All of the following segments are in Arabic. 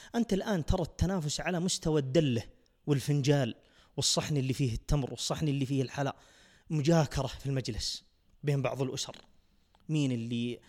أنت الآن ترى التنافس على مستوى الدلة والفنجال والصحن اللي فيه التمر والصحن اللي فيه الحلا، مجاكرة في المجلس بين بعض الأسر، مين اللي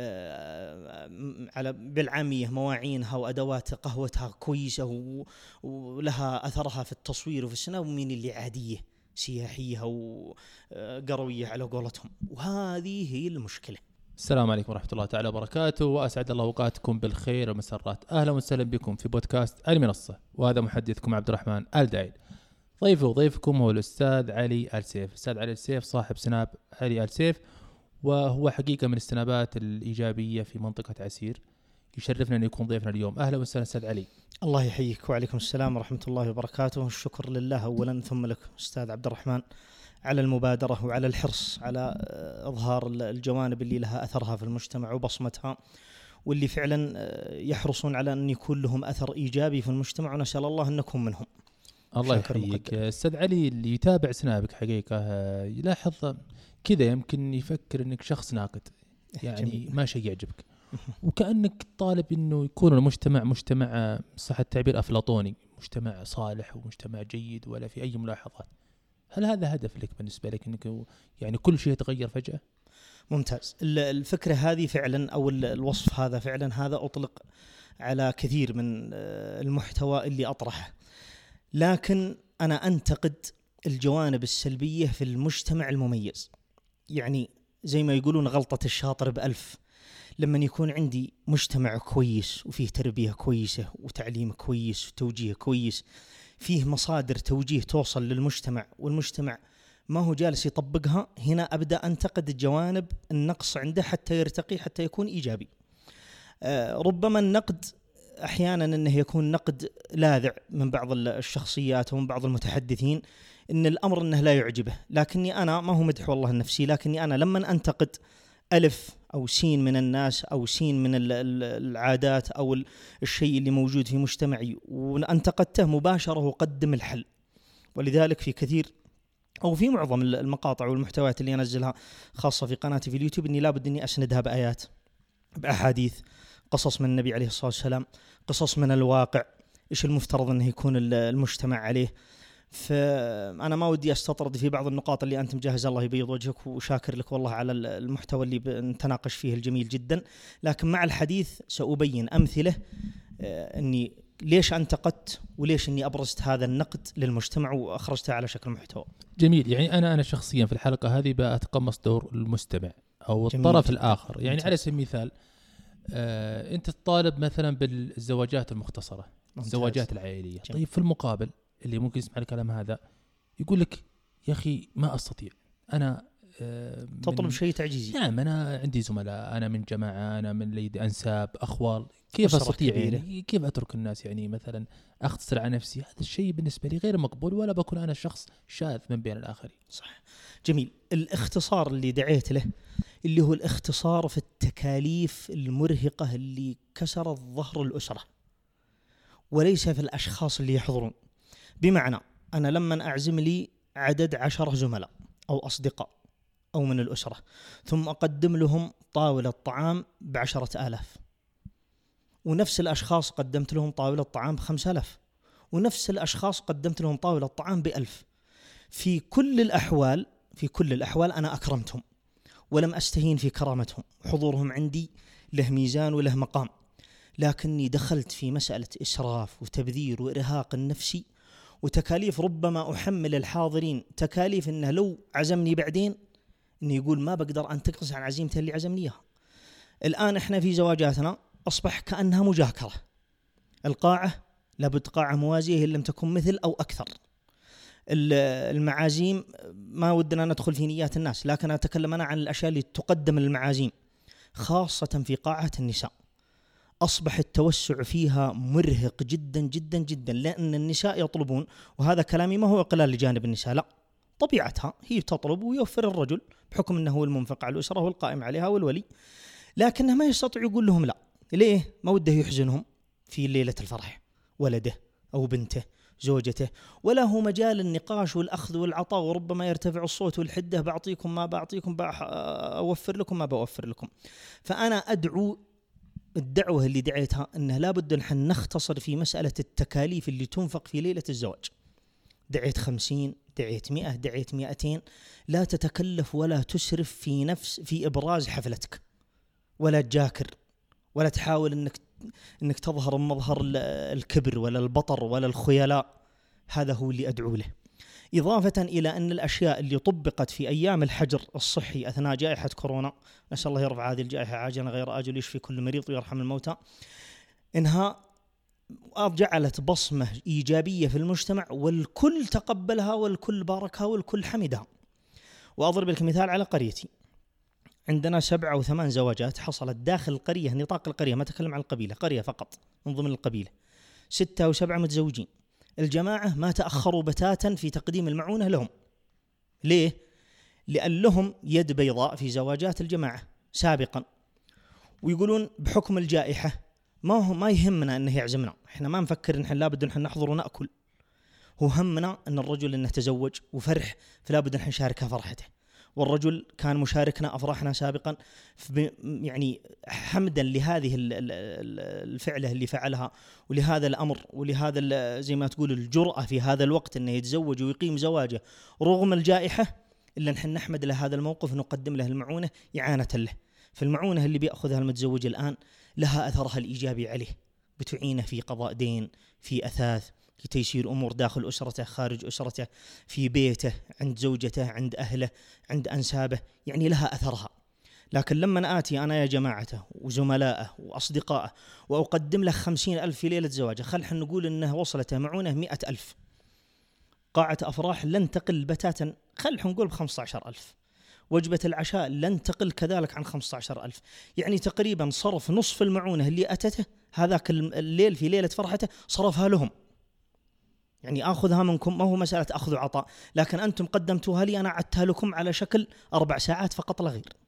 على بالعامية مواعينها وأدوات قهوتها كويسة ولها أثرها في التصوير وفي السنة، ومين اللي عادية سياحية وقروية على قولتهم. وهذه هي المشكلة. السلام عليكم ورحمة الله تعالى وبركاته، وأسعد الله أوقاتكم بالخير والمسرات. أهلا وسهلا بكم في بودكاست المنصة، وهذا محدثكم عبد الرحمن الدايل. ضيفكم هو الأستاذ علي السيف. الأستاذ علي السيف صاحب سناب علي السيف، وهو حقيقة من السنابات الإيجابية في منطقة عسير. يشرفنا أن يكون ضيفنا اليوم. أهلا وسهلا أستاذ علي. الله يحييك. وعليكم السلام ورحمة الله وبركاته. الشكر لله أولا ثم لك أستاذ عبد الرحمن على المبادرة وعلى الحرص على إظهار الجوانب اللي لها أثرها في المجتمع وبصمتها، واللي فعلا يحرصون على أن يكون لهم أثر إيجابي في المجتمع، ونسأل الله أن نكون منهم. الله يحييك. أستاذ علي، اللي يتابع سنابك حقيقة يلاحظ كذا يمكن يفكر أنك شخص ناقد، يعني ما شيء يعجبك، وكأنك طالب أنه يكون المجتمع مجتمع صح التعبير أفلاطوني، مجتمع صالح ومجتمع جيد ولا في أي ملاحظات. هل هذا هدف لك بالنسبة لك، أنك يعني كل شيء يتغير فجأة؟ ممتاز. الفكرة هذه فعلا أو الوصف هذا فعلا هذا أطلق على كثير من المحتوى اللي أطرحه، لكن أنا أنتقد الجوانب السلبية في المجتمع المميز. يعني زي ما يقولون غلطة الشاطر بألف. لما يكون عندي مجتمع كويس وفيه تربية كويسة وتعليم كويس وتوجيه كويس، فيه مصادر توجيه توصل للمجتمع والمجتمع ما هو جالس يطبقها، هنا أبدأ أنتقد جوانب النقص عنده حتى يرتقي، حتى يكون إيجابي. ربما النقد أحيانا أنه يكون نقد لاذع من بعض الشخصيات ومن بعض المتحدثين، إن الأمر أنه لا يعجبه، لكني أنا ما هو مدح والله النفسي، لكني أنا لما أنتقد ألف أو سين من الناس أو سين من العادات أو الشيء اللي موجود في مجتمعي وأنتقدته مباشرة وقدم الحل. ولذلك في كثير أو في معظم المقاطع والمحتويات اللي أنزلها خاصة في قناتي في اليوتيوب، إني لابد إني أسندها بآيات، بأحاديث، قصص من النبي عليه الصلاة والسلام، قصص من الواقع، إيش المفترض أنه يكون المجتمع عليه. فأنا ما ودي أستطرد في بعض النقاط اللي أنت مجهز، الله يبيض وجهك، وشاكر لك والله على المحتوى اللي نتناقش فيه الجميل جدا. لكن مع الحديث سأبين أمثلة أني ليش أنتقدت وليش أني أبرزت هذا النقد للمجتمع وأخرجتها على شكل محتوى. جميل. يعني أنا شخصيا في الحلقة هذه بأتقمص دور المستمع أو الطرف الآخر. يعني على سبيل المثال أنت تطالب مثلا بالزواجات المختصرة، الزواجات العائلية. طيب في المقابل اللي ممكن يسمع الكلام هذا يقول لك يا أخي ما أستطيع، أنا تطلب شيء تعجيزي. نعم، أنا عندي زملاء، أنا من جماعة، أنا من ليد أنساب، أخوال، كيف أستطيع يعني كيف أترك الناس، يعني مثلا أختصر على نفسي. هذا الشيء بالنسبة لي غير مقبول، ولا بكون أنا شخص شاذ من بين الآخرين. صح. جميل. الاختصار اللي دعيت له اللي هو الاختصار في التكاليف المرهقة اللي كسرت ظهر الأسرة، وليس في الأشخاص اللي يحضرون. بمعنى أنا لما أعزم لي عدد 10 زملاء أو أصدقاء أو من الأسرة، ثم أقدم لهم طاولة طعام ب10,000، ونفس الأشخاص قدمت لهم طاولة طعام ب5,000، ونفس الأشخاص قدمت لهم طاولة طعام ب1,000. في كل الأحوال أنا أكرمتهم ولم أستهين في كرامتهم، حضورهم عندي له ميزان وله مقام. لكني دخلت في مسألة إسراف وتبذير وإرهاق النفسي وتكاليف، ربما أحمل الحاضرين تكاليف إنه لو عزمني بعدين إنه يقول ما بقدر أنتقص عن عزيمته اللي عزمني إياها. الآن إحنا في زواجاتنا أصبح كأنها مجاكرة. القاعة لابد قاعة موازية إن لم تكن مثل أو أكثر. المعازيم ما ودنا ندخل في نيات الناس، لكن أتكلم أنا عن الأشياء اللي تقدم للمعازيم خاصة في قاعة النساء. أصبح التوسع فيها مرهق جدا جدا جدا، لأن النساء يطلبون، وهذا كلامي ما هو إقلال لجانب النساء، لا، طبيعتها هي تطلب ويوفر الرجل بحكم أنه هو المنفق على الأسرة والقائم عليها والولي، لكنه ما يستطيع يقول لهم لا. ليه؟ ما وده يحزنهم في ليلة الفرح، ولده أو بنته زوجته، ولا هو مجال النقاش والأخذ والعطاء، وربما يرتفع الصوت والحدة، بعطيكم ما بعطيكم، أوفر لكم ما بأوفر لكم. فأنا أدعو الدعوة اللي دعيتها أنه لابد نحن نختصر في مسألة التكاليف اللي تنفق في ليلة الزواج. دعيت 50، دعيت 100، دعيت 200، لا تتكلف ولا تسرف في إبراز حفلتك، ولا تجاكر، ولا تحاول أنك تظهر مظهر الكبر ولا البطر ولا الخيلاء. هذا هو اللي أدعو له. إضافة إلى أن الأشياء اللي طبقت في أيام الحجر الصحي أثناء جائحة كورونا، نسأل الله يرفع هذه الجائحة عاجلا غير آجل، يشفي كل مريض ويرحم الموتى، إنها جعلت بصمة إيجابية في المجتمع، والكل تقبلها والكل باركها والكل حمدها. وأضرب لك مثال على قريتي، عندنا 7 أو 8 زواجات حصلت داخل القرية، نطاق القرية، ما أتكلم عن القبيلة، قرية فقط من ضمن القبيلة، 6 أو 7 متزوجين. الجماعة ما تأخروا بتاتا في تقديم المعونة لهم. ليه؟ لأن لهم يد بيضاء في زواجات الجماعة سابقا، ويقولون بحكم الجائحة ما يهمنا أنه يعزمنا، إحنا ما نفكر إن لابد إن نحضر ونأكل، هو همنا أن الرجل إنه تزوج وفرح، فلا بد إن نشاركها فرحته، والرجل كان مشاركنا أفراحنا سابقا، يعني حمدا لهذه الفعلة اللي فعلها، ولهذا الأمر، ولهذا زي ما تقول الجرأة في هذا الوقت أنه يتزوج ويقيم زواجه رغم الجائحة، إلا نحن نحمد له هذا الموقف، نقدم له المعونة إعانة له. فالمعونة اللي بيأخذها المتزوج الآن لها أثرها الإيجابي عليه، بتعينه في قضاء دين، في أثاث، في تيسير أمور داخل أسرته، خارج أسرته، في بيته، عند زوجته، عند أهله، عند أنسابه، يعني لها أثرها. لكن لما آتي أنا يا جماعته وزملائه وأصدقائه وأقدم له 50,000 في ليلة زواجه، خلح نقول إنه وصلته معونه 100,000، قاعة أفراح لن تقل بتاتا، خلح نقول ب15,000، وجبة العشاء لن تقل كذلك عن 15,000، يعني تقريبا صرف نصف المعونة اللي أتته هذاك الليل في ليلة فرحته صرفها لهم. يعني أخذها منكم، ما هو مسألة أخذ وعطاء، لكن أنتم قدمتوها لي، أنا عدتها لكم على شكل 4 ساعات فقط لا غير.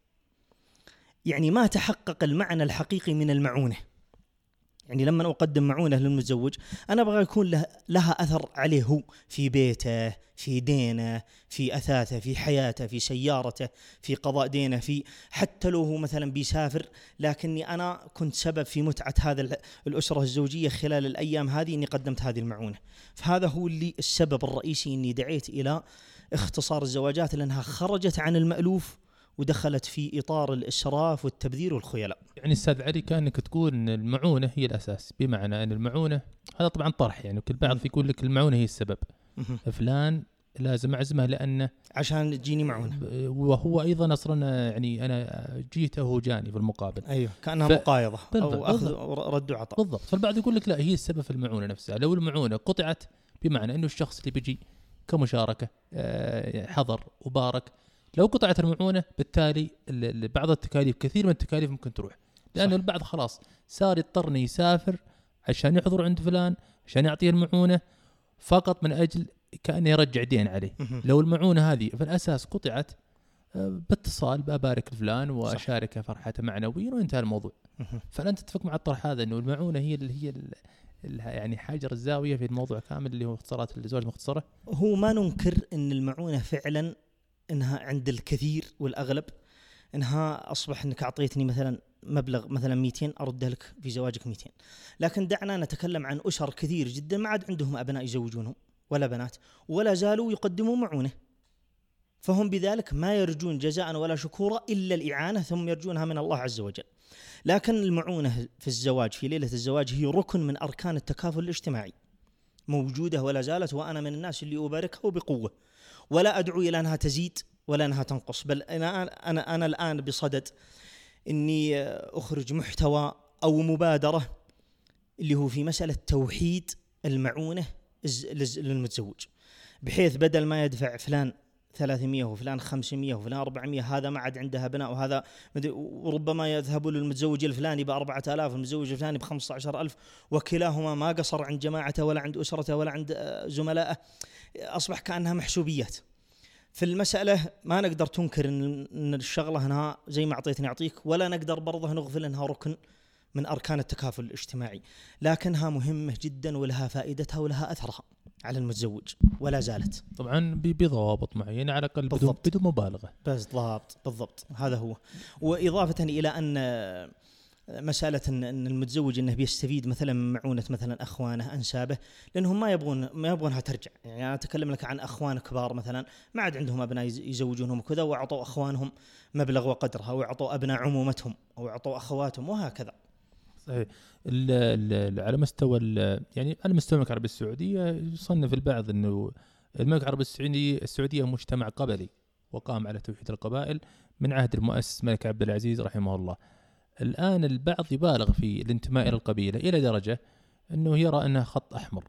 يعني ما تحقق المعنى الحقيقي من المعونة. يعني لما أقدم معونة للمتزوج أنا أبغى يكون لها أثر عليه هو في بيته، في دينه، في أثاثه، في حياته، في سيارته، في قضاء دينه، في حتى لو هو مثلا بيسافر، لكني أنا كنت سبب في متعة هذا الأسرة الزوجية خلال الأيام هذه إني قدمت هذه المعونة. فهذا هو اللي السبب الرئيسي إني دعيت إلى اختصار الزواجات، لأنها خرجت عن المألوف ودخلت في إطار الإسراف والتبذير والخيلاء. يعني أستاذ علي كأنك تقول أن المعونة هي الأساس، بمعنى أن المعونة هذا طبعا طرح، يعني كل بعض يقول لك المعونة هي السبب، فلان لازم أعزمه لأنه عشان تجيني معونة، وهو أيضا أصلا يعني أنا جيته وهو جاني في المقابل، أيوه كأنها مقايضة أو أخذ رد وعطاء. بالضبط. فالبعض يقول لك لا، هي السبب في المعونة نفسها. لو المعونة قطعت بمعنى أنه الشخص اللي بيجي كمشاركة حضر وبارك، لو قطعت المعونة بالتالي بعض التكاليف، كثير من التكاليف ممكن تروح، لأن البعض خلاص صار يضطرني يسافر عشان يحضر عند فلان عشان يعطيه المعونة فقط من أجل كأنه يرجع دين عليه. لو المعونة هذه في الأساس قطعت باتصال بأبارك لفلان وأشارك فرحته معنويا وانتهى الموضوع. فأنت تتفق مع الطرح هذا أنه المعونة هي يعني حجر الزاوية في الموضوع كامل اللي هو اختصارات الزواج مختصرة. هو ما ننكر أن المعونة فعلا إنها عند الكثير والأغلب إنها أصبح إنك أعطيتني مثلا مبلغ مثلا 200 أرده لك في زواجك 200، لكن دعنا نتكلم عن أسر كثير جدا ما عاد عندهم أبناء يزوجونهم ولا بنات، ولا زالوا يقدموا معونة، فهم بذلك ما يرجون جزاء ولا شكورا إلا الإعانة، ثم يرجونها من الله عز وجل. لكن المعونة في الزواج في ليلة الزواج هي ركن من أركان التكافل الاجتماعي، موجودة ولا زالت، وأنا من الناس اللي أباركها وبقوة، ولا أدعو إلى أنها تزيد ولا أنها تنقص، بل أنا الآن بصدد إني أخرج محتوى أو مبادرة اللي هو في مسألة توحيد المعونة للمتزوج، بحيث بدل ما يدفع فلان 300 وفلان 500 وفلان 400، هذا ما عاد عنده أبناء، وهذا وربما يذهب للمتزوج الفلاني ب4,000 والمتزوج الفلاني ب15,000، وكلاهما ما قصر عند جماعته ولا عند أسرته ولا عند زملائه، أصبح كأنها محسوبيات. في المسألة ما نقدر تنكر إن الشغلة هنا زي ما أعطيتني أعطيك، ولا نقدر برضه نغفل إنها ركن من أركان التكافل الاجتماعي، لكنها مهمة جدا ولها فائدتها ولها أثرها على المتزوج ولا زالت، طبعا بضوابط معينة على الأقل بدون مبالغة. بالضبط هذا هو. وإضافة إلى أن مسألة أن المتزوج أنه بيستفيد مثلا من معونة مثلا أخوانه أنسابه، لأنهم ما يبغونها ترجع. يعني أنا أتكلم لك عن أخوان كبار مثلا ما عاد عندهم أبناء يزوجونهم وكذا، وأعطوا أخوانهم مبلغ وقدرها، أو أعطوا أبناء عمومتهم، أو أعطوا أخواتهم، وهكذا. صحيح. على مستوى يعني على مستوى المملكة العربية السعودية يصنف البعض أنه المملكة العربية السعودية مجتمع قبلي وقام على توحيد القبائل من عهد المؤسس الملك عبد العزيز رحمه الله. الآن البعض يبالغ في الانتماء إلى القبيلة إلى درجة أنه يرى أنها خط أحمر،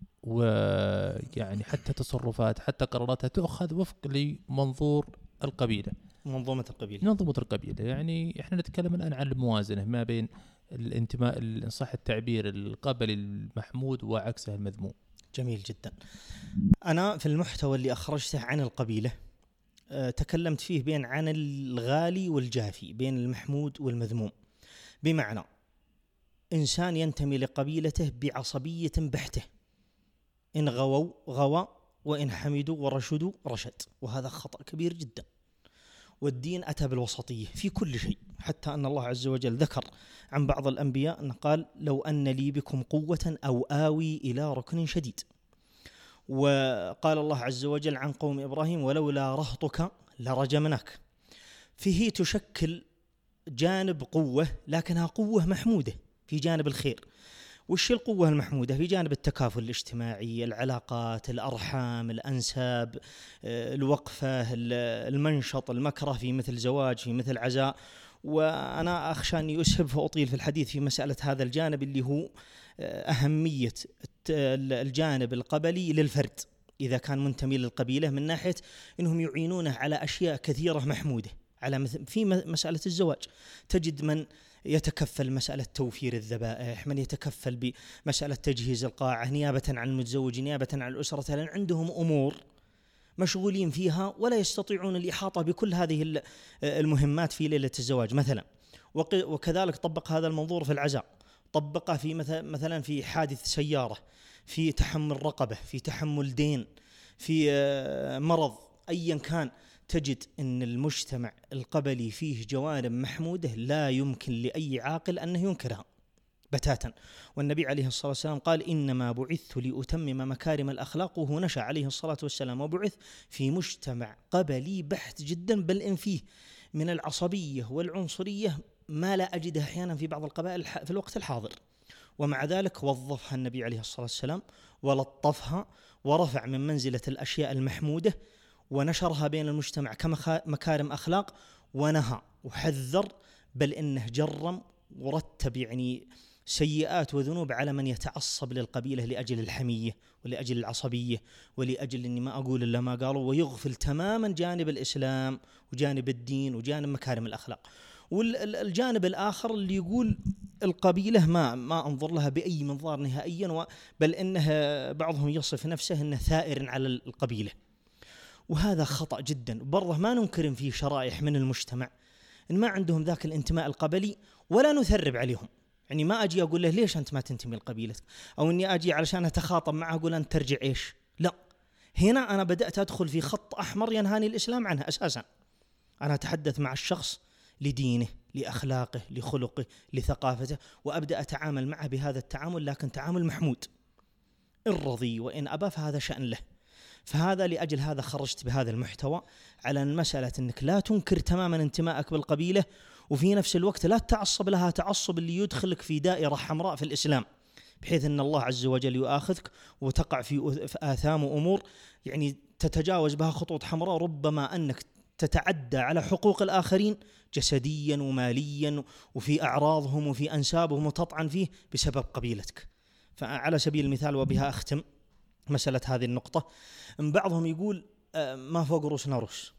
ويعني حتى تصرفات حتى قراراتها تؤخذ وفق لمنظور القبيلة، منظومة القبيلة. يعني إحنا نتكلم الآن عن الموازنة ما بين الانتماء إن صح التعبير القبلي المحمود وعكسه المذموم. جميل جدا. أنا في المحتوى اللي أخرجته عن القبيلة تكلمت فيه عن الغالي والجافي، بين المحمود والمذموم، بمعنى إنسان ينتمي لقبيلته بعصبية بحتة، إن غووا غوى، وإن حمدوا ورشدوا رشد، وهذا خطأ كبير جدا. والدين أتى بالوسطية في كل شيء، حتى أن الله عز وجل ذكر عن بعض الأنبياء أن قال لو أن لي بكم قوة أو آوي إلى ركن شديد. وقال الله عز وجل عن قوم إبراهيم ولولا رهطك لرجمناك. فيه تشكل جانب قوة، لكنها قوة محمودة في جانب الخير. وش القوة المحمودة؟ في جانب التكافل الاجتماعي، العلاقات، الأرحام، الأنساب، الوقفة، المنشط، المكره في مثل زواج، في مثل عزاء. وأنا أخشى أني أسهب فأطيل في الحديث في مسألة هذا الجانب اللي هو أهمية الجانب القبلي للفرد إذا كان منتمي للقبيلة، من ناحية أنهم يعينونه على أشياء كثيرة محمودة، على في مسألة الزواج تجد من يتكفل مسألة توفير الذبائح، من يتكفل بمسألة تجهيز القاعة نيابة عن المتزوج، نيابة عن الأسرة، لأن عندهم أمور مشغولين فيها ولا يستطيعون الإحاطة بكل هذه المهمات في ليلة الزواج مثلا. وكذلك طبق هذا المنظور في العزاء، طبقه في مثلا في حادث سيارة، في تحمل رقبة، في تحمل دين، في مرض أيا كان. تجد أن المجتمع القبلي فيه جوانب محمودة لا يمكن لأي عاقل أنه ينكرها بتاتا. والنبي عليه الصلاة والسلام قال إنما بعثت لأتمم مكارم الأخلاق، وهو نشأ عليه الصلاة والسلام وبعث في مجتمع قبلي بحت جدا، بل إن فيه من العصبية والعنصرية ما لا أجدها أحيانا في بعض القبائل في الوقت الحاضر. ومع ذلك وظفها النبي عليه الصلاة والسلام ولطفها ورفع من منزلة الأشياء المحمودة ونشرها بين المجتمع كمكارم أخلاق، ونهى وحذر، بل إنه جرم ورتب يعني سيئات وذنوب على من يتعصب للقبيلة لأجل الحمية ولأجل العصبية ولأجل إني ما أقول إلا ما قالوا، ويغفل تماما جانب الإسلام وجانب الدين وجانب مكارم الأخلاق. والجانب الآخر اللي يقول القبيلة ما أنظر لها بأي منظار نهائيا، بل إنه بعضهم يصف نفسه إنه ثائر على القبيلة، وهذا خطأ جدا. برضه ما ننكر فيه شرائح من المجتمع إن ما عندهم ذاك الانتماء القبلي، ولا نثرب عليهم. يعني ما أجي أقول له ليش أنت ما تنتمي لقبيلتك، أو إني أجي علشان أتخاطب معه أقول أنت ترجع إيش. لا، هنا أنا بدأت أدخل في خط أحمر ينهاني الإسلام عنه أساسا. أنا أتحدث مع الشخص لدينه، لأخلاقه، لخلقه، لثقافته، وأبدأ أتعامل معه بهذا التعامل، لكن تعامل محمود. إن رضي وإن أبى فهذا شأن له. فهذا لأجل هذا خرجت بهذا المحتوى على المسألة أنك لا تنكر تماما انتمائك بالقبيلة، وفي نفس الوقت لا تعصب لها تعصب اللي يدخلك في دائرة حمراء في الإسلام، بحيث أن الله عز وجل يؤاخذك وتقع في آثام وأمور يعني تتجاوز بها خطوط حمراء، ربما أنك تتعدى على حقوق الآخرين جسديا وماليا وفي أعراضهم وفي أنسابهم وتطعن فيه بسبب قبيلتك. فعلى سبيل المثال، وبها أختم مسألة هذه النقطة، من بعضهم يقول ما فوق رؤوسنا رؤوس،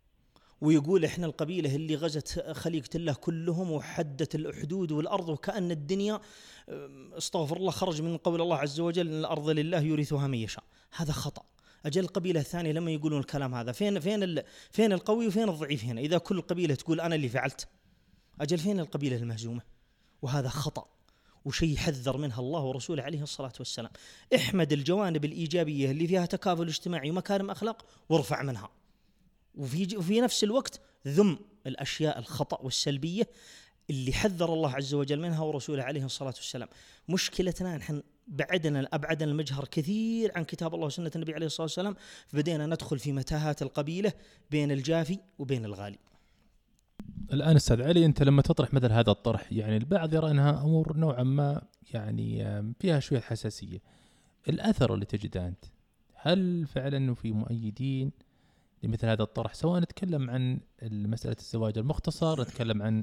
ويقول إحنا القبيلة اللي غزت خليقة الله كلهم وحدت الحدود والأرض، وكأن الدنيا استغفر الله خرج من قول الله عز وجل إن الأرض لله يورثها من يشاء. هذا خطأ. أجل القبيلة الثانية لما يقولون الكلام هذا فين القوي وفين الضعيف هنا؟ إذا كل قبيلة تقول أنا اللي فعلت، أجل فين القبيلة المهزومة؟ وهذا خطأ وشيء حذر منها الله ورسوله عليه الصلاة والسلام. احمد الجوانب الإيجابية اللي فيها تكافل اجتماعي ومكارم أخلاق وارفع منها، وفي نفس الوقت ذم الأشياء الخطأ والسلبية اللي حذر الله عز وجل منها ورسوله عليه الصلاة والسلام. مشكلتنا نحن أبعدنا المجهر كثير عن كتاب الله وسنة النبي عليه الصلاة والسلام، فبدينا ندخل في متاهات القبيلة بين الجافي وبين الغالي. الآن أستاذ علي، أنت لما تطرح مثل هذا الطرح، يعني البعض يرى أنها أمور نوعا ما يعني فيها شوية حساسية. الأثر اللي تجده أنت، هل فعلا أنه في مؤيدين لمثل هذا الطرح، سواء نتكلم عن مسألة الزواج المختصر، نتكلم عن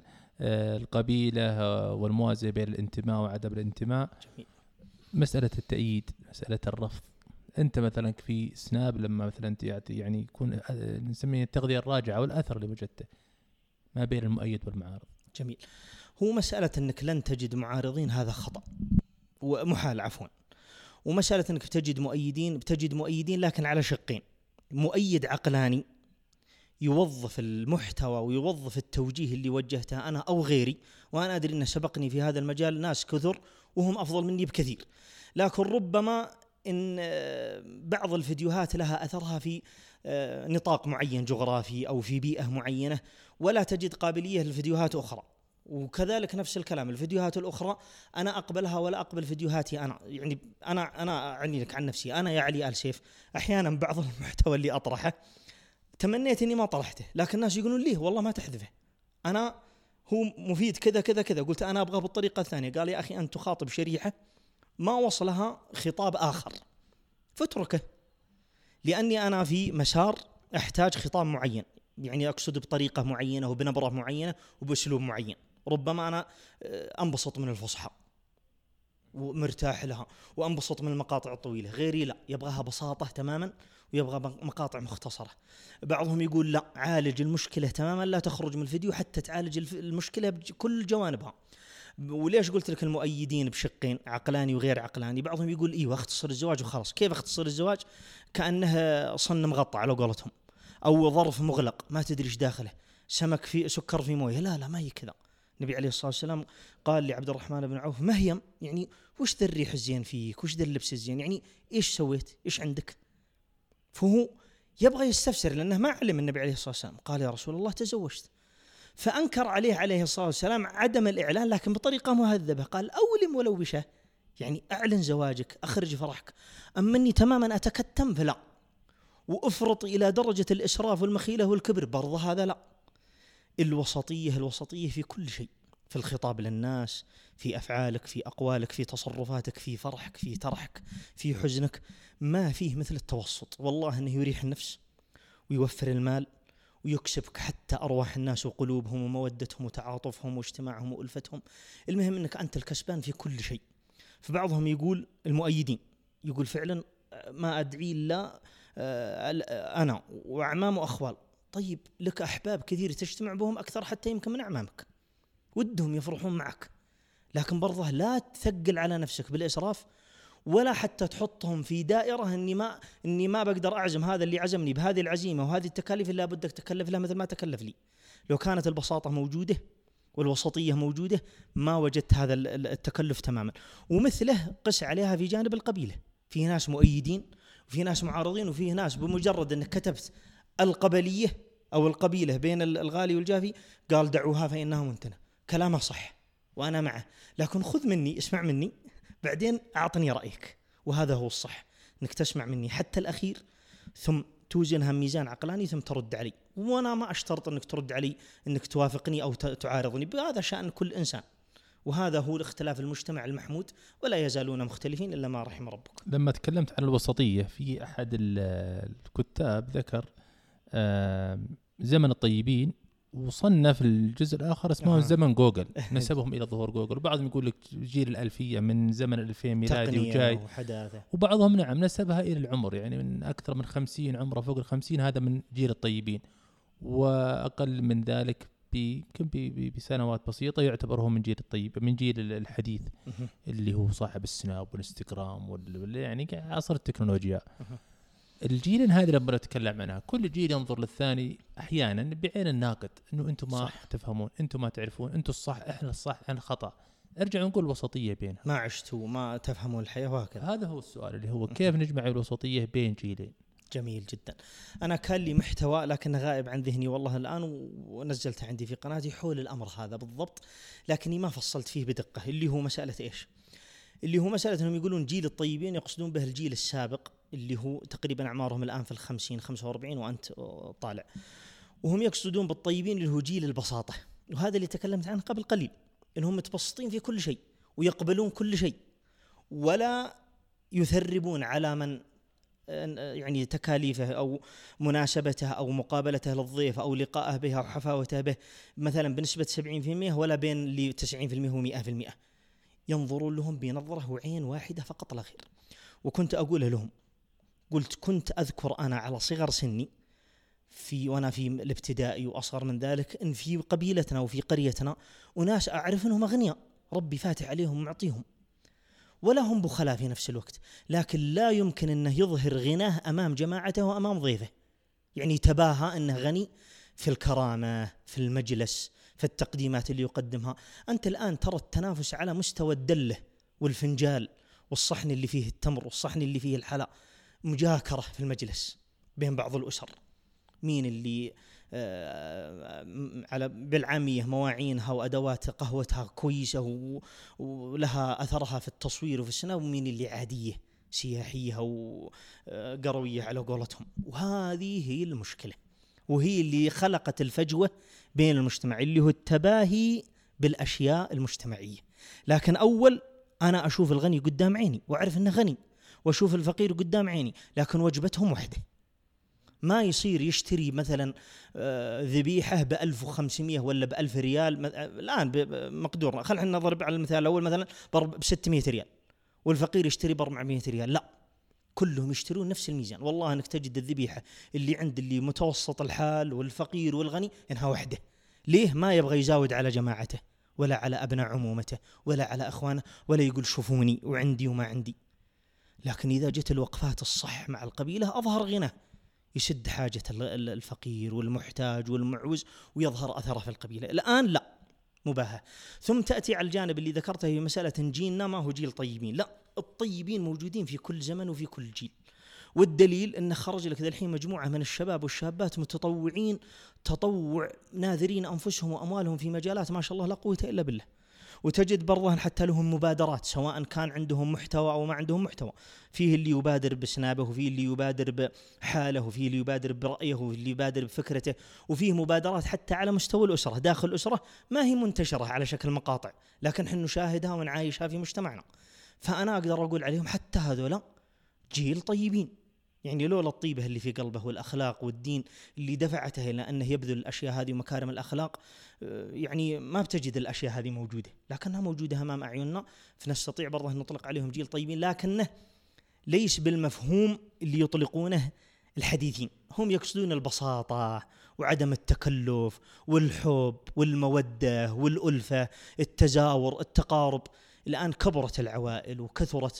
القبيلة والموازنة بين الانتماء وعدم الانتماء، جميل. مسألة التأييد، مسألة الرفض، أنت مثلا في سناب لما مثلا يعني يكون نسميه التغذية الراجعة والأثر اللي وجدته ما بين المؤيد والمعارض. جميل. هو مسألة أنك لن تجد معارضين هذا خطأ ومحال عفوا، ومسألة أنك بتجد مؤيدين لكن على شقين. مؤيد عقلاني يوظف المحتوى ويوظف التوجيه اللي وجهته أنا أو غيري، وأنا أدري أن سبقني في هذا المجال ناس كثر وهم أفضل مني بكثير، لكن ربما إن بعض الفيديوهات لها أثرها في نطاق معين جغرافي أو في بيئة معينة، ولا تجد قابلية للفيديوهات أخرى. وكذلك نفس الكلام الفيديوهات الأخرى أنا أقبلها ولا أقبل فيديوهاتي أنا. يعني أنا أعني لك عن نفسي، أنا يا علي آل سيف أحيانا بعض المحتوى اللي أطرحه تمنيت إني ما طرحته، لكن الناس يقولون ليه والله ما تحذفه، أنا هو مفيد كذا كذا كذا. قلت أنا أبغى بالطريقة الثانية. قال يا أخي أنت تخاطب شريحة ما وصلها خطاب آخر فاتركه، لأني أنا في مسار أحتاج خطاب معين، يعني أقصد بطريقة معينة وبنبرة معينة وبأسلوب معين. ربما أنا أنبسط من الفصحى ومرتاح لها وأنبسط من المقاطع الطويلة، غيري لا، يبغاها بساطة تماما ويبغى مقاطع مختصرة. بعضهم يقول لا، عالج المشكلة تماما، لا تخرج من الفيديو حتى تعالج المشكلة بكل جوانبها. وليش قلت لك المؤيدين بشقين، عقلاني وغير عقلاني؟ بعضهم يقول ايوه اختصر الزواج وخلاص. كيف اختصر الزواج؟ كأنه صن مغطى على قولتهم، او ظرف مغلق ما تدري ايش داخله، سمك في سكر في مويه. لا ما هي كذا. النبي عليه الصلاة والسلام قال لعبد الرحمن بن عوف مهيم، يعني وش ذا الريح الزين فيك، وش ذا اللبس الزين، يعني ايش سويت، ايش عندك؟ فهو يبغى يستفسر لأنه ما علم. النبي عليه الصلاة والسلام قال يا رسول الله تزوجت، فأنكر عليه الصلاة والسلام عدم الإعلان لكن بطريقة مهذبة. قال أولم ولو بشه، يعني أعلن زواجك، أخرج فرحك. أما أني تماما أتكتم فلا، وأفرط إلى درجة الإسراف والمخيلة والكبر برضه هذا لا. الوسطية في كل شيء، في الخطاب للناس، في أفعالك، في أقوالك، في تصرفاتك، في فرحك، في ترحك، في حزنك، ما فيه مثل التوسط. والله أنه يريح النفس ويوفر المال ويكسبك حتى أرواح الناس وقلوبهم ومودتهم وتعاطفهم واجتماعهم وألفتهم. المهم أنك أنت الكسبان في كل شيء. فبعضهم يقول المؤيدين يقول فعلا ما أدعي إلا أنا وأعمام وأخوال. طيب لك أحباب كثير تجتمع بهم أكثر حتى يمكن من أعمامك، ودهم يفرحون معك، لكن برضه لا تثقل على نفسك بالإسراف، ولا حتى تحطهم في دائرة إني ما بقدر أعزم هذا اللي عزمني بهذه العزيمة وهذه التكاليف اللي بدك تكلف لها مثل ما تكلف لي. لو كانت البساطة موجودة والوسطية موجودة ما وجدت هذا التكلف تماما. ومثله قس عليها في جانب القبيلة، في ناس مؤيدين وفي ناس معارضين، وفي ناس بمجرد أنك كتبت القبلية أو القبيلة بين الغالي والجافي قال دعوها فإنها منتنة. كلامه صح وأنا معه، لكن خذ مني، اسمع مني، بعدين أعطني رأيك. وهذا هو الصح، أنك تسمع مني حتى الأخير ثم توزنها ميزان عقلاني ثم ترد علي. وأنا ما أشترط أنك ترد علي أنك توافقني أو تعارضني، بهذا شأن كل إنسان، وهذا هو الاختلاف المجتمع المحمود، ولا يزالون مختلفين إلا ما رحم ربك. لما تكلمت عن الوسطية، في أحد الكتاب ذكر زمن الطيبين وصنف الجزء الآخر اسمه زمن جوجل، نسبهم إلى ظهور جوجل. وبعضهم يقول لك جيل الألفية من زمن 2000 ميلادي وجاي، وبعضهم نعم نسبها إلى العمر، يعني من أكثر من 50 عمره فوق 50 هذا من جيل الطيبين، وأقل من ذلك يمكن بسنوات بسيطة يعتبرهم من جيل الطيب، من جيل الحديث اللي هو صاحب السناب والانستغرام يعني عصر التكنولوجيا. الجيل هذا لما نتكلم عنها كل جيل ينظر للثاني أحيانا بعين الناقد، إنه أنتم ما تفهمون، أنتم ما تعرفون، أنتم الصح، إحنا الصح، إحنا الخطأ. ارجع نقول وسطية بينها، ما عشتوا ما تفهموا الحياة وهكذا. هذا هو السؤال اللي هو كيف نجمع الوسطية بين جيلين. جميل جدا. أنا كان لي محتوى لكنه غائب عن ذهني والله الآن، ونزلته عندي في قناتي حول الأمر هذا بالضبط، لكني ما فصلت فيه بدقة. اللي هو مسألة إيش؟ اللي هو مسألة أنهم يقولون جيل الطيبين يقصدون به الجيل السابق اللي هو تقريبا أعمارهم الآن في 50 45 وأنت طالع، وهم يقصدون بالطيبين اللي هو جيل البساطة. وهذا اللي تكلمت عنه قبل قليل، إنهم متبسطين في كل شيء ويقبلون كل شيء ولا يثربون على من يعني تكاليفه أو مناسبته أو مقابلته للضيف أو لقائه به أو حفاوته به مثلا بنسبة 70% ولا بين اللي 90% و100%. ينظرون لهم بنظرة وعين واحدة فقط لا غير. وكنت أقول لهم، قلت كنت أذكر أنا على صغر سني وأنا في الابتدائي وأصغر من ذلك إن في قبيلتنا وفي قريتنا وناس أعرف أنهم أغنياء ربي فاتح عليهم معطيهم ولا هم بخلاء في نفس الوقت، لكن لا يمكن أنه يظهر غناه أمام جماعته وأمام ضيفه، يعني تباهى أنه غني في الكرامة في المجلس في التقديمات اللي يقدمها. أنت الآن ترى التنافس على مستوى الدلة والفنجال والصحن اللي فيه التمر والصحن اللي فيه الحلا، مجاكرة في المجلس بين بعض الأسر، مين اللي على بالعامية مواعينها وأدوات قهوتها كويسة ولها أثرها في التصوير وفي السنة، ومين اللي عادية سياحية وقروية على قولتهم. وهذه هي المشكلة، وهي اللي خلقت الفجوة بين المجتمع اللي هو التباهي بالأشياء المجتمعية. لكن أول أنا أشوف الغني قدام عيني وأعرف أنه غني، وأشوف الفقير قدام عيني، لكن وجبتهم واحدة. ما يصير يشتري مثلا ذبيحة ب1500 ولا ب1000 ريال الآن مقدور، خلينا نضرب على المثال الأول مثلا ب600 ريال والفقير يشتري ب400 ريال، لا، كلهم يشترون نفس الميزان. والله أنك تجد الذبيحة اللي عند اللي متوسط الحال والفقير والغني إنها واحدة. ليه؟ ما يبغى يزاود على جماعته ولا على أبناء عمومته ولا على أخوانه ولا يقول شوفوني وعندي وما عندي. لكن إذا جت الوقفات الصح مع القبيلة أظهر غناه، يسد حاجة الفقير والمحتاج والمعوز ويظهر أثره في القبيلة. الآن لا، مباهة. ثم تأتي على الجانب اللي ذكرته في مسألة جيلنا ما هو جيل طيبين، لا، الطيبين موجودين في كل زمن وفي كل جيل. والدليل أن خرج لك ذا الحين مجموعة من الشباب والشابات متطوعين تطوع ناذرين أنفسهم وأموالهم في مجالات ما شاء الله لا قوة إلا بالله. وتجد برضه حتى لهم مبادرات سواء كان عندهم محتوى أو ما عندهم محتوى، فيه اللي يبادر بسنابه وفيه اللي يبادر بحاله وفيه اللي يبادر برأيه وفيه اللي يبادر بفكرته، وفيه مبادرات حتى على مستوى الأسرة داخل الأسرة ما هي منتشرة على شكل مقاطع، لكن حن نشاهدها ونعايشها في مجتمعنا. فأنا أقدر أقول عليهم حتى هذولا جيل طيبين، يعني لولا الطيبة اللي في قلبه والأخلاق والدين اللي دفعته إلى أنه يبذل الأشياء هذه ومكارم الأخلاق، يعني ما بتجد الأشياء هذه موجودة، لكنها موجودة أمام أعيننا. فنستطيع برضه أن نطلق عليهم جيل طيبين، لكنه ليس بالمفهوم اللي يطلقونه الحديثين. هم يقصدون البساطة وعدم التكلف والحب والمودة والألفة، التزاور التقارب. الآن كبرت العوائل وكثرت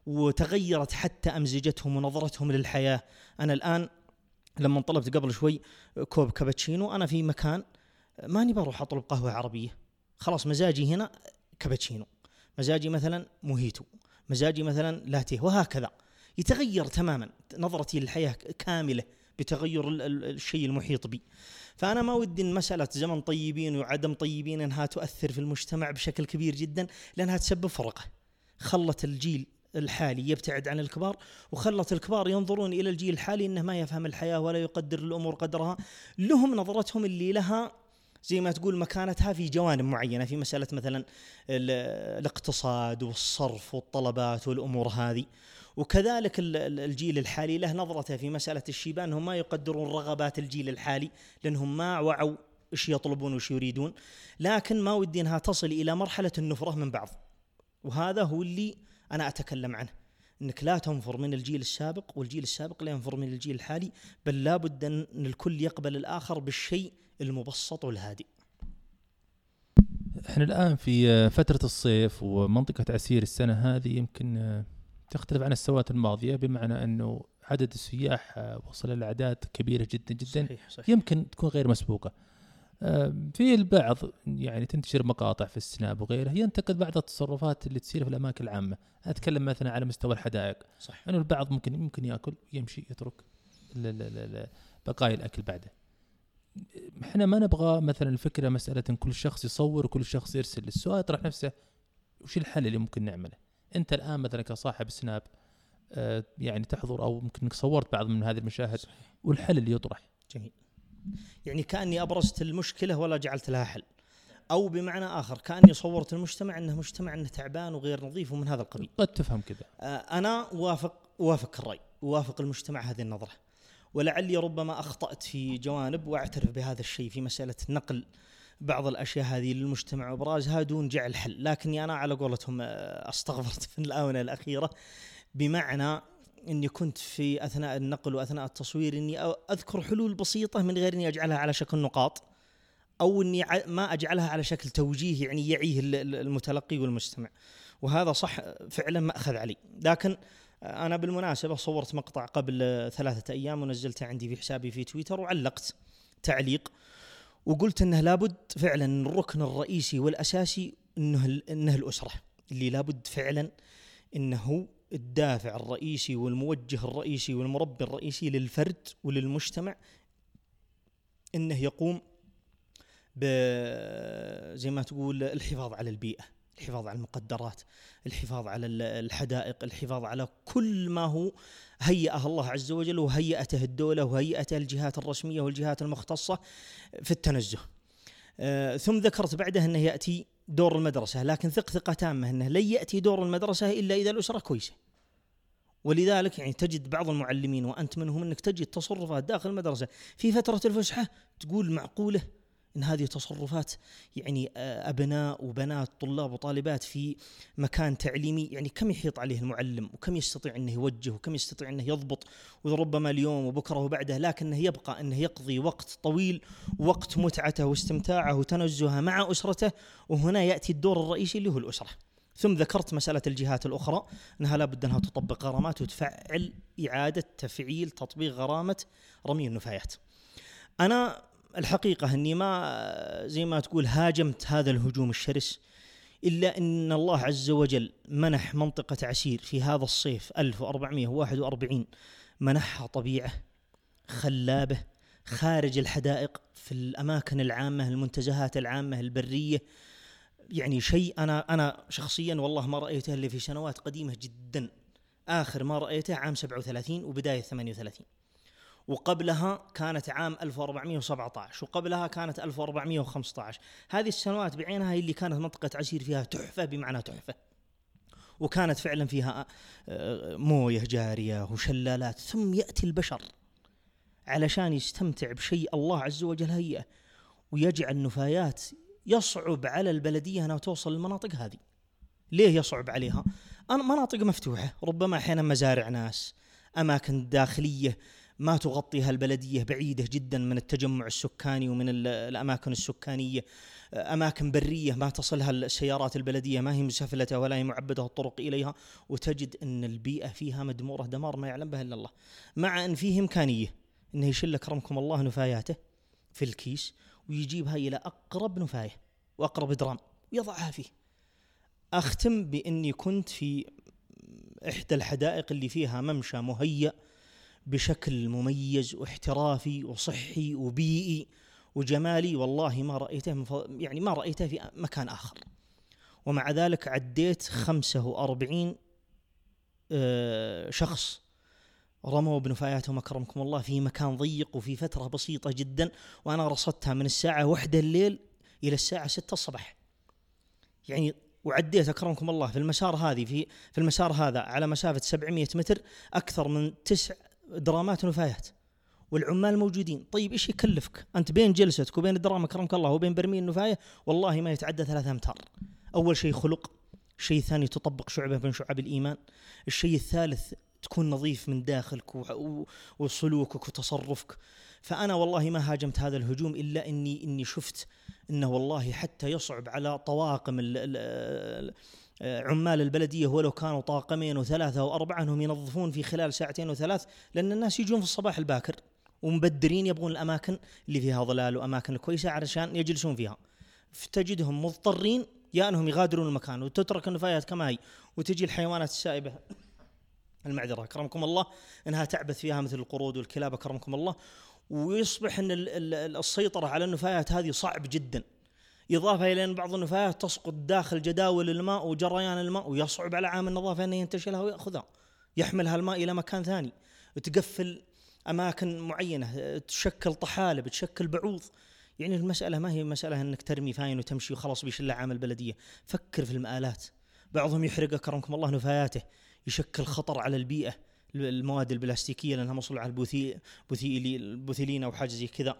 وتغيرت حتى أمزجتهم ونظرتهم للحياة. أنا الآن لما طلبت قبل شوي كوب كابتشينو، أنا في مكان ماني بروح أطلب قهوة عربية، خلاص مزاجي هنا كابتشينو، مزاجي مثلا موهيتو، مزاجي مثلا لاتيه، وهكذا يتغير تماما نظرتي للحياة كاملة بتغير الشيء المحيط بي. فأنا ما ودي إن مسألة زمن طيبين وعدم طيبين أنها تؤثر في المجتمع بشكل كبير جدا، لأنها تسبب فرقة، خلت الجيل الحالي يبتعد عن الكبار، وخلت الكبار ينظرون إلى الجيل الحالي إنه ما يفهم الحياة ولا يقدر الأمور قدرها. لهم نظرتهم اللي لها زي ما تقول مكانتها في جوانب معينة، في مسألة مثلا الاقتصاد والصرف والطلبات والأمور هذه. وكذلك الجيل الحالي له نظرته في مسألة الشيبان، أنهم ما يقدرون رغبات الجيل الحالي لأنهم ما وعوا إيش يطلبون وإيش يريدون. لكن ما ودي أنها تصل إلى مرحلة النفرة من بعض، وهذا هو اللي أنا أتكلم عنه، أنك لا تنفر من الجيل السابق والجيل السابق لا ينفر من الجيل الحالي، بل لا بد أن الكل يقبل الآخر بالشيء المبسط والهادئ. احنا الآن في فترة الصيف ومنطقة عسير السنة هذه يمكن تختلف عن السنوات الماضية، بمعنى أنه عدد السياح وصل لأعداد كبيرة جدا جدا. صحيح. يمكن تكون غير مسبوقة. في البعض يعني تنتشر مقاطع في السناب وغيره ينتقد بعض التصرفات اللي تصير في الأماكن العامة. أتكلم مثلا على مستوى الحدائق، أنه البعض ممكن يأكل يمشي يترك بقايا الأكل بعده. احنا ما نبغى مثلا الفكرة مسألة كل شخص يصور وكل شخص يرسل. السؤال يطرح نفسه وش الحل اللي ممكن نعمله؟ انت الآن مثلا كصاحب سناب يعني تحضر او ممكن انك صورت بعض من هذه المشاهد، والحل اللي يطرح. جميل. يعني كأني أبرزت المشكلة ولا جعلت لها حل، أو بمعنى آخر كأني صورت المجتمع أنه مجتمع أنه تعبان وغير نظيف ومن هذا القبيل. قد تفهم كذا. أنا وافق الرأي، وافق المجتمع هذه النظرة، ولعلي ربما أخطأت في جوانب وأعترف بهذا الشيء في مسألة نقل بعض الأشياء هذه للمجتمع وإبرازها دون جعل حل. لكني أنا على قولتهم استغفرت في الآونة الأخيرة، بمعنى أني كنت في أثناء النقل وأثناء التصوير أني أذكر حلول بسيطة من غير أني أجعلها على شكل نقاط، أو أني ما أجعلها على شكل توجيه يعني يعيه المتلقي والمستمع، وهذا صح فعلا ما أخذ علي. لكن أنا بالمناسبة صورت مقطع قبل 3 أيام ونزلته عندي في حسابي في تويتر، وعلقت تعليق وقلت أنه لابد فعلا الركن الرئيسي والأساسي أنه الأسرة، اللي لابد فعلا أنه الدافع الرئيسي والموجه الرئيسي والمربي الرئيسي للفرد وللمجتمع، أنه يقوم زي ما تقول الحفاظ على البيئة، الحفاظ على المقدرات، الحفاظ على الحدائق، الحفاظ على كل ما هو هيئه الله عز وجل وهيئته الدولة وهيئته الجهات الرسمية والجهات المختصة في التنزه. ثم ذكرت بعده أنه يأتي دور المدرسة، لكن ثقة تامة أنه لن يأتي دور المدرسة إلا إذا الأسرة كويسة. ولذلك يعني تجد بعض المعلمين وأنت منهم أنك تجد تصرفات داخل المدرسة في فترة الفسحة تقول معقولة إن هذه تصرفات يعني أبناء وبنات طلاب وطالبات في مكان تعليمي، يعني كم يحيط عليه المعلم وكم يستطيع أنه يوجه وكم يستطيع أنه يضبط، وربما اليوم وبكرة وبعده، لكنه يبقى أنه يقضي وقت طويل وقت متعته واستمتاعه وتنزهه مع أسرته، وهنا يأتي الدور الرئيسي اللي هو الأسرة. ثم ذكرت مسألة الجهات الأخرى أنها لابد أنها تطبق غرامات وتفعل إعادة تفعيل تطبيق غرامة رمي النفايات. أنا الحقيقة أني ما زي ما تقول هاجمت هذا الهجوم الشرس، إلا أن الله عز وجل منح منطقة عسير في هذا الصيف 1441 منحها طبيعة خلابة خارج الحدائق في الأماكن العامة المنتزهات العامة البرية، يعني شيء أنا شخصيا والله ما رأيته إلا في سنوات قديمة جدا. آخر ما رأيته عام 37 وبداية 38، وقبلها كانت عام 1417، وقبلها كانت 1415. هذه السنوات بعينها هي اللي كانت منطقة عسير فيها تحفة بمعنى تحفة، وكانت فعلا فيها مويه جارية وشلالات. ثم يأتي البشر علشان يستمتع بشيء الله عز وجل هيئه ويجعل نفايات يصعب على البلدية أنها توصل للمناطق هذه. ليه يصعب عليها؟ مناطق مفتوحة، ربما أحيانا مزارع ناس، أماكن داخلية ما تغطيها البلدية، بعيدة جدا من التجمع السكاني ومن الأماكن السكانية، أماكن برية ما تصلها السيارات البلدية، ما هي مسفلة ولا هي معبدة الطرق إليها، وتجد أن البيئة فيها مدمورة دمار ما يعلم به إلا الله، مع أن فيه إمكانية أنه يشل أكرمكم الله نفاياته في الكيس ويجيبها إلى أقرب نفاية وأقرب درام ويضعها فيه. أختم بأني كنت في إحدى الحدائق اللي فيها ممشى مهيأ بشكل مميز واحترافي وصحي وبيئي وجمالي، والله ما رأيته يعني ما رأيته في مكان آخر. ومع ذلك عديت 45 شخص رموا بنفاياتهم أكرمكم الله في مكان ضيق وفي فترة بسيطة جدا، وأنا رصدتها من الساعة 1 الليل إلى الساعة 6 الصباح يعني. وعديت أكرمكم الله في المسار في المسار هذا على مسافة 700 متر أكثر من 9 درامات ونفايات، والعمال موجودين. طيب إيش يكلفك أنت بين جلستك وبين الدرام أكرمك الله وبين برميل النفاية؟ والله ما يتعدى 3 أمتار. أول شيء خلق، الشيء الثاني تطبق شعبة من شعب الإيمان، الشيء الثالث تكون نظيف من داخلك وسلوكك وتصرفك. فأنا والله ما هاجمت هذا الهجوم إلا إني شفت إنه والله حتى يصعب على طواقم عمال البلدية ولو كانوا طاقمين و3 و4 أنهم ينظفون في خلال 2 و3، لأن الناس يجون في الصباح الباكر ومبدرين يبغون الأماكن اللي فيها ظلال وأماكن كويسة علشان يجلسون فيها، فتجدهم مضطرين يا أنهم يغادرون المكان وتترك النفايات كما هي، وتجي الحيوانات السائبة المعذرة أكرمكم الله أنها تعبث فيها مثل القرود والكلاب أكرمكم الله، ويصبح أن السيطرة على النفايات هذه صعب جدا، إضافة إلى أن بعض النفايات تسقط داخل جداول الماء وجريان الماء، ويصعب على عامل النظافة أن ينتشلها ويأخذها يحملها الماء إلى مكان ثاني، تقفل أماكن معينة، تشكل طحالب، تشكل بعوض. يعني المسألة ما هي مسألة أنك ترمي فاين وتمشي وخلاص بيشيلها عامل بلدية، فكر في المآلات. بعضهم يحرق أكرمكم الله نفاياته، يشكل خطر على البيئة، المواد البلاستيكية لأنها مصنوعة على البوثيلين أو حاجة زي كذا،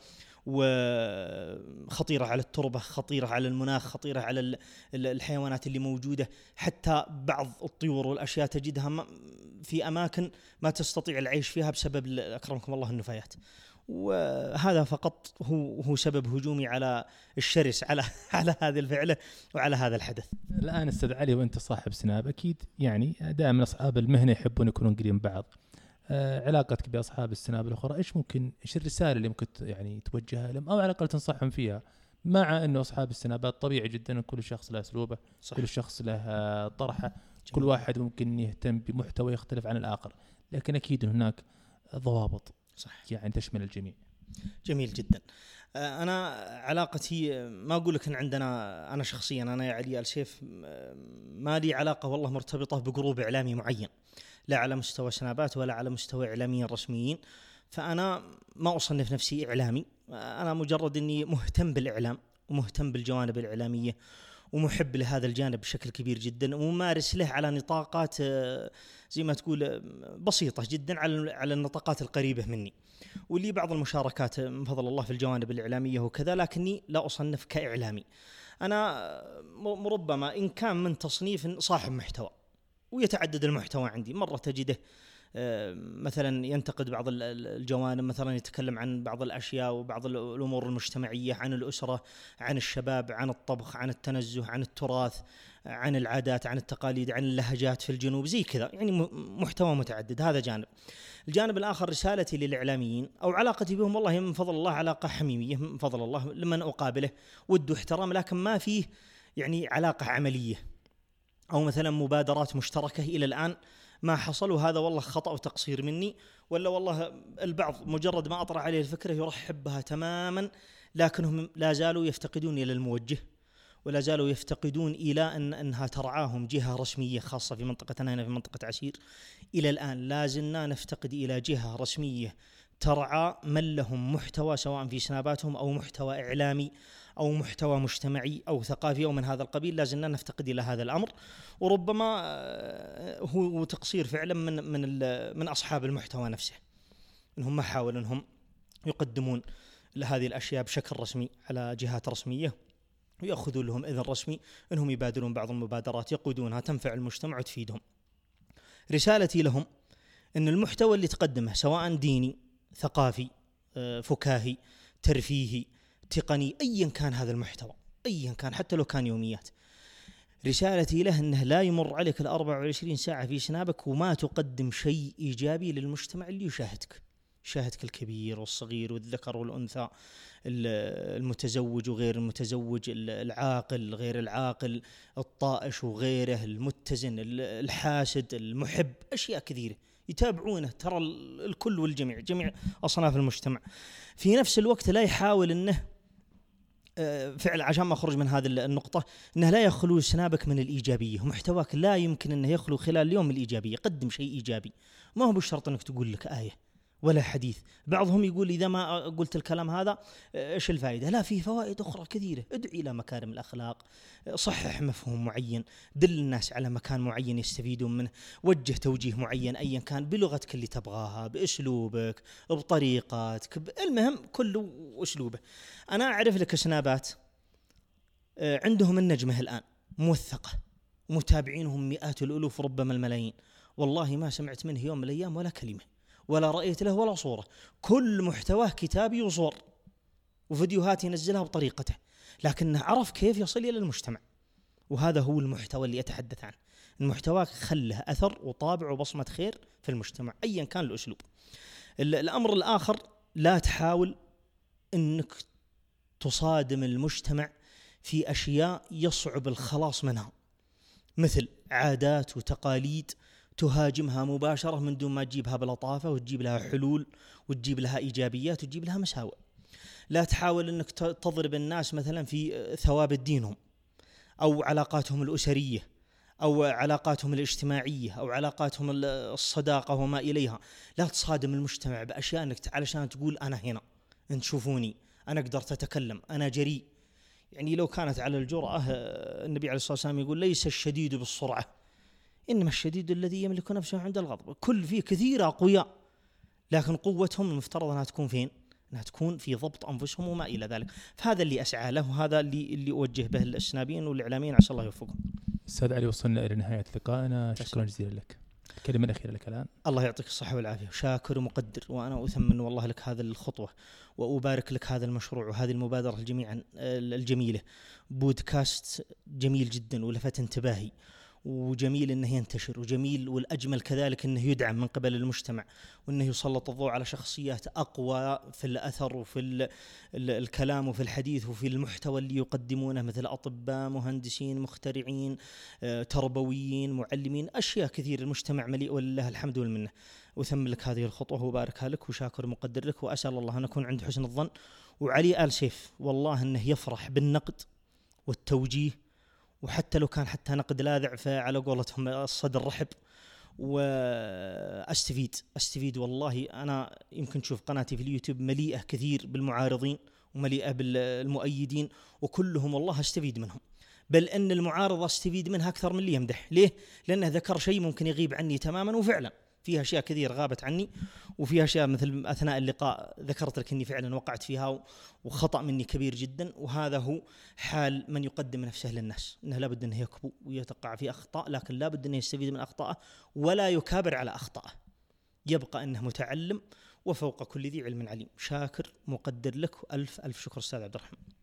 وخطيرة على التربة، خطيرة على المناخ، خطيرة على الحيوانات اللي موجودة. حتى بعض الطيور والأشياء تجدها في أماكن ما تستطيع العيش فيها بسبب أكرمكم الله النفايات. وهذا فقط هو سبب هجومي على الشرس على هذه الفعلة وعلى هذا الحدث. الآن أستاذ علي، وأنت صاحب سناب أكيد يعني دائما أصحاب المهنة يحبون يكونون قريبين بعض، علاقتك بأصحاب السناب الأخرى إيش الرسالة اللي ممكن يعني توجهها لهم، أو على الأقل تنصحهم فيها، مع أنه أصحاب السنابات طبيعي جدا كل شخص له أسلوبه، صح. كل شخص له طرحه، جميل. كل واحد ممكن يهتم بمحتوى يختلف عن الآخر، لكن أكيد هناك ضوابط، صح، يعني تشمل الجميع. جميل جدا. أنا علاقتي ما أقول لك إن عندنا، أنا شخصيا أنا يا علي السيف ما لي علاقة والله مرتبطة بجروب إعلامي معين، لا على مستوى سنابات ولا على مستوى إعلاميين رسميين، فأنا ما أصنف نفسي إعلامي، أنا مجرد أني مهتم بالإعلام ومهتم بالجوانب الإعلامية ومحب لهذا الجانب بشكل كبير جدا، وممارس له على نطاقات زي ما تقول بسيطة جدا على النطاقات القريبة مني، ولي بعض المشاركات من فضل الله في الجوانب الإعلامية وكذا، لكني لا أصنف كإعلامي. أنا ربما إن كان من تصنيف صاحب محتوى، ويتعدد المحتوى عندي، مرة تجده مثلا ينتقد بعض الجوانب، مثلا يتكلم عن بعض الأشياء وبعض الأمور المجتمعية، عن الأسرة، عن الشباب، عن الطبخ، عن التنزه، عن التراث، عن العادات، عن التقاليد، عن اللهجات في الجنوب، زي كذا، يعني محتوى متعدد. هذا جانب. الجانب الآخر رسالتي للإعلاميين أو علاقتي بهم، والله من فضل الله علاقة حميمية من فضل الله، لمن أقابله ود واحترام، لكن ما فيه يعني علاقة عملية أو مثلا مبادرات مشتركة إلى الآن ما حصل، وهذا والله خطأ وتقصير مني، ولا والله البعض مجرد ما أطرح عليه الفكرة يرحب بها تماما، لكنهم لا زالوا يفتقدون إلى الموجه، ولا زالوا يفتقدون إلى أنها ترعاهم جهة رسمية، خاصة في منطقتنا هنا في منطقة عسير. إلى الآن لا زلنا نفتقد إلى جهة رسمية ترعى من لهم محتوى، سواء في سناباتهم أو محتوى إعلامي أو محتوى مجتمعي أو ثقافي أو من هذا القبيل. لا زلنا نفتقد إلى هذا الأمر، وربما هو تقصير فعلا من أصحاب المحتوى نفسه، إنهم ما حاولوا إنهم يقدمون لهذه الأشياء بشكل رسمي على جهات رسمية، ويأخذوا لهم إذن رسمي إنهم يبادرون بعض المبادرات يقودونها تنفع المجتمع وتفيدهم. رسالتي لهم إن المحتوى اللي تقدمه سواء ديني، ثقافي، فكاهي، ترفيهي، تقني، أيا كان هذا المحتوى، أيا كان، حتى لو كان يوميات، رسالتي له أنه لا يمر عليك 24 ساعة في سنابك وما تقدم شيء إيجابي للمجتمع اللي يشاهدك الكبير والصغير والذكر والأنثى، المتزوج وغير المتزوج، العاقل غير العاقل، الطائش وغيره، المتزن، الحاسد، المحب، أشياء كثيرة يتابعونه، ترى الكل والجميع، جميع أصناف المجتمع. في نفس الوقت لا يحاول أنه فعل، عشان ما أخرج من هذه النقطة، أنه لا يخلو سنابك من الإيجابية، محتواك لا يمكن أنه يخلو خلال اليوم من الإيجابية. قدم شيء إيجابي، ما هو بالشرط أنك تقول لك آية ولا حديث. بعضهم يقول إذا ما قلت الكلام هذا إيش الفائدة؟ لا، فيه فوائد أخرى كثيرة. ادعي إلى مكارم الأخلاق، صحح مفهوم معين، دل الناس على مكان معين يستفيدون منه، وجه توجيه معين أيا كان بلغتك اللي تبغاها، بأسلوبك، بطريقتك، المهم كله أسلوبه. أنا أعرف لك سنابات عندهم النجمة الآن موثقة، متابعينهم مئات الألوف ربما الملايين، والله ما سمعت منه يوم من الأيام ولا كلمة، ولا رأيت له ولا صورة، كل محتواه كتابي وصور وفيديوهات ينزلها بطريقته، لكنه عرف كيف يصل إلى المجتمع، وهذا هو المحتوى اللي أتحدث عنه. المحتوى خله أثر وطابع وبصمة خير في المجتمع أيا كان الأسلوب. الأمر الآخر، لا تحاول أنك تصادم المجتمع في أشياء يصعب الخلاص منها، مثل عادات وتقاليد تهاجمها مباشرة من دون ما تجيبها بلطافة وتجيب لها حلول وتجيب لها إيجابيات وتجيب لها مساوئ. لا تحاول أنك تضرب الناس مثلا في ثوابت دينهم أو علاقاتهم الأسرية أو علاقاتهم الاجتماعية أو علاقاتهم الصداقة وما إليها. لا تصادم المجتمع بأشياء أنك علشان تقول أنا هنا، أنت شوفوني، أنا قدرت أتكلم، أنا جريء. يعني لو كانت على الجرأة، النبي عليه الصلاة والسلام يقول ليس الشديد بالسرعة، إنما الشديد الذي يملك نفسه عند الغضب. كل فيه كثير أقوياء، لكن قوتهم المفترض أنها تكون فين؟ أنها تكون في ضبط أنفسهم وما إلى ذلك. فهذا اللي أسعى له، وهذا اللي أوجه به السنابين والإعلاميين، عسى الله يوفقهم. أستاذ علي، وصلنا إلى نهاية لقائنا، شكرا جزيلا لك. الكلمة الأخيرة لك الآن. الله يعطيك الصحة والعافية، شاكر ومقدر، وأنا أثمن والله لك هذه الخطوة، وأبارك لك هذا المشروع وهذه المبادرة جميعا الجميلة. بودكاست جميل جدا ولفت انتباهي، وجميل أنه ينتشر، وجميل والأجمل كذلك أنه يدعم من قبل المجتمع، وأنه يسلط الضوء على شخصيات أقوى في الأثر وفي الكلام وفي الحديث وفي المحتوى اللي يقدمونه، مثل أطباء، مهندسين، مخترعين، تربويين، معلمين، أشياء كثير. المجتمع مليء ولله الحمد والمنة. أثمن لك هذه الخطوة وباركها لك، وشاكر مقدر لك، وأسأل الله أن أكون عند حسن الظن. وعلي آل سيف والله أنه يفرح بالنقد والتوجيه، وحتى لو كان حتى نقد لاذع، فعلى قولتهم الصدر رحب، واستفيد والله. أنا يمكن تشوف قناتي في اليوتيوب مليئة كثير بالمعارضين ومليئة بالمؤيدين، وكلهم والله استفيد منهم، بل أن المعارضة استفيد منها أكثر من اللي يمدح. ليه؟ لأنه ذكر شيء ممكن يغيب عني تماما، وفعلا فيها أشياء كثير غابت عني، وفيها أشياء مثل أثناء اللقاء ذكرت لك أني فعلا وقعت فيها، وخطأ مني كبير جدا. وهذا هو حال من يقدم نفسه للناس، أنه لابد أنه يكبو ويتقع في أخطاء، لكن لابد أنه يستفيد من أخطائه ولا يكابر على أخطائه، يبقى أنه متعلم وفوق كل ذي علم عليم. شاكر مقدر لك، وألف ألف شكر أستاذ عبد الرحمن.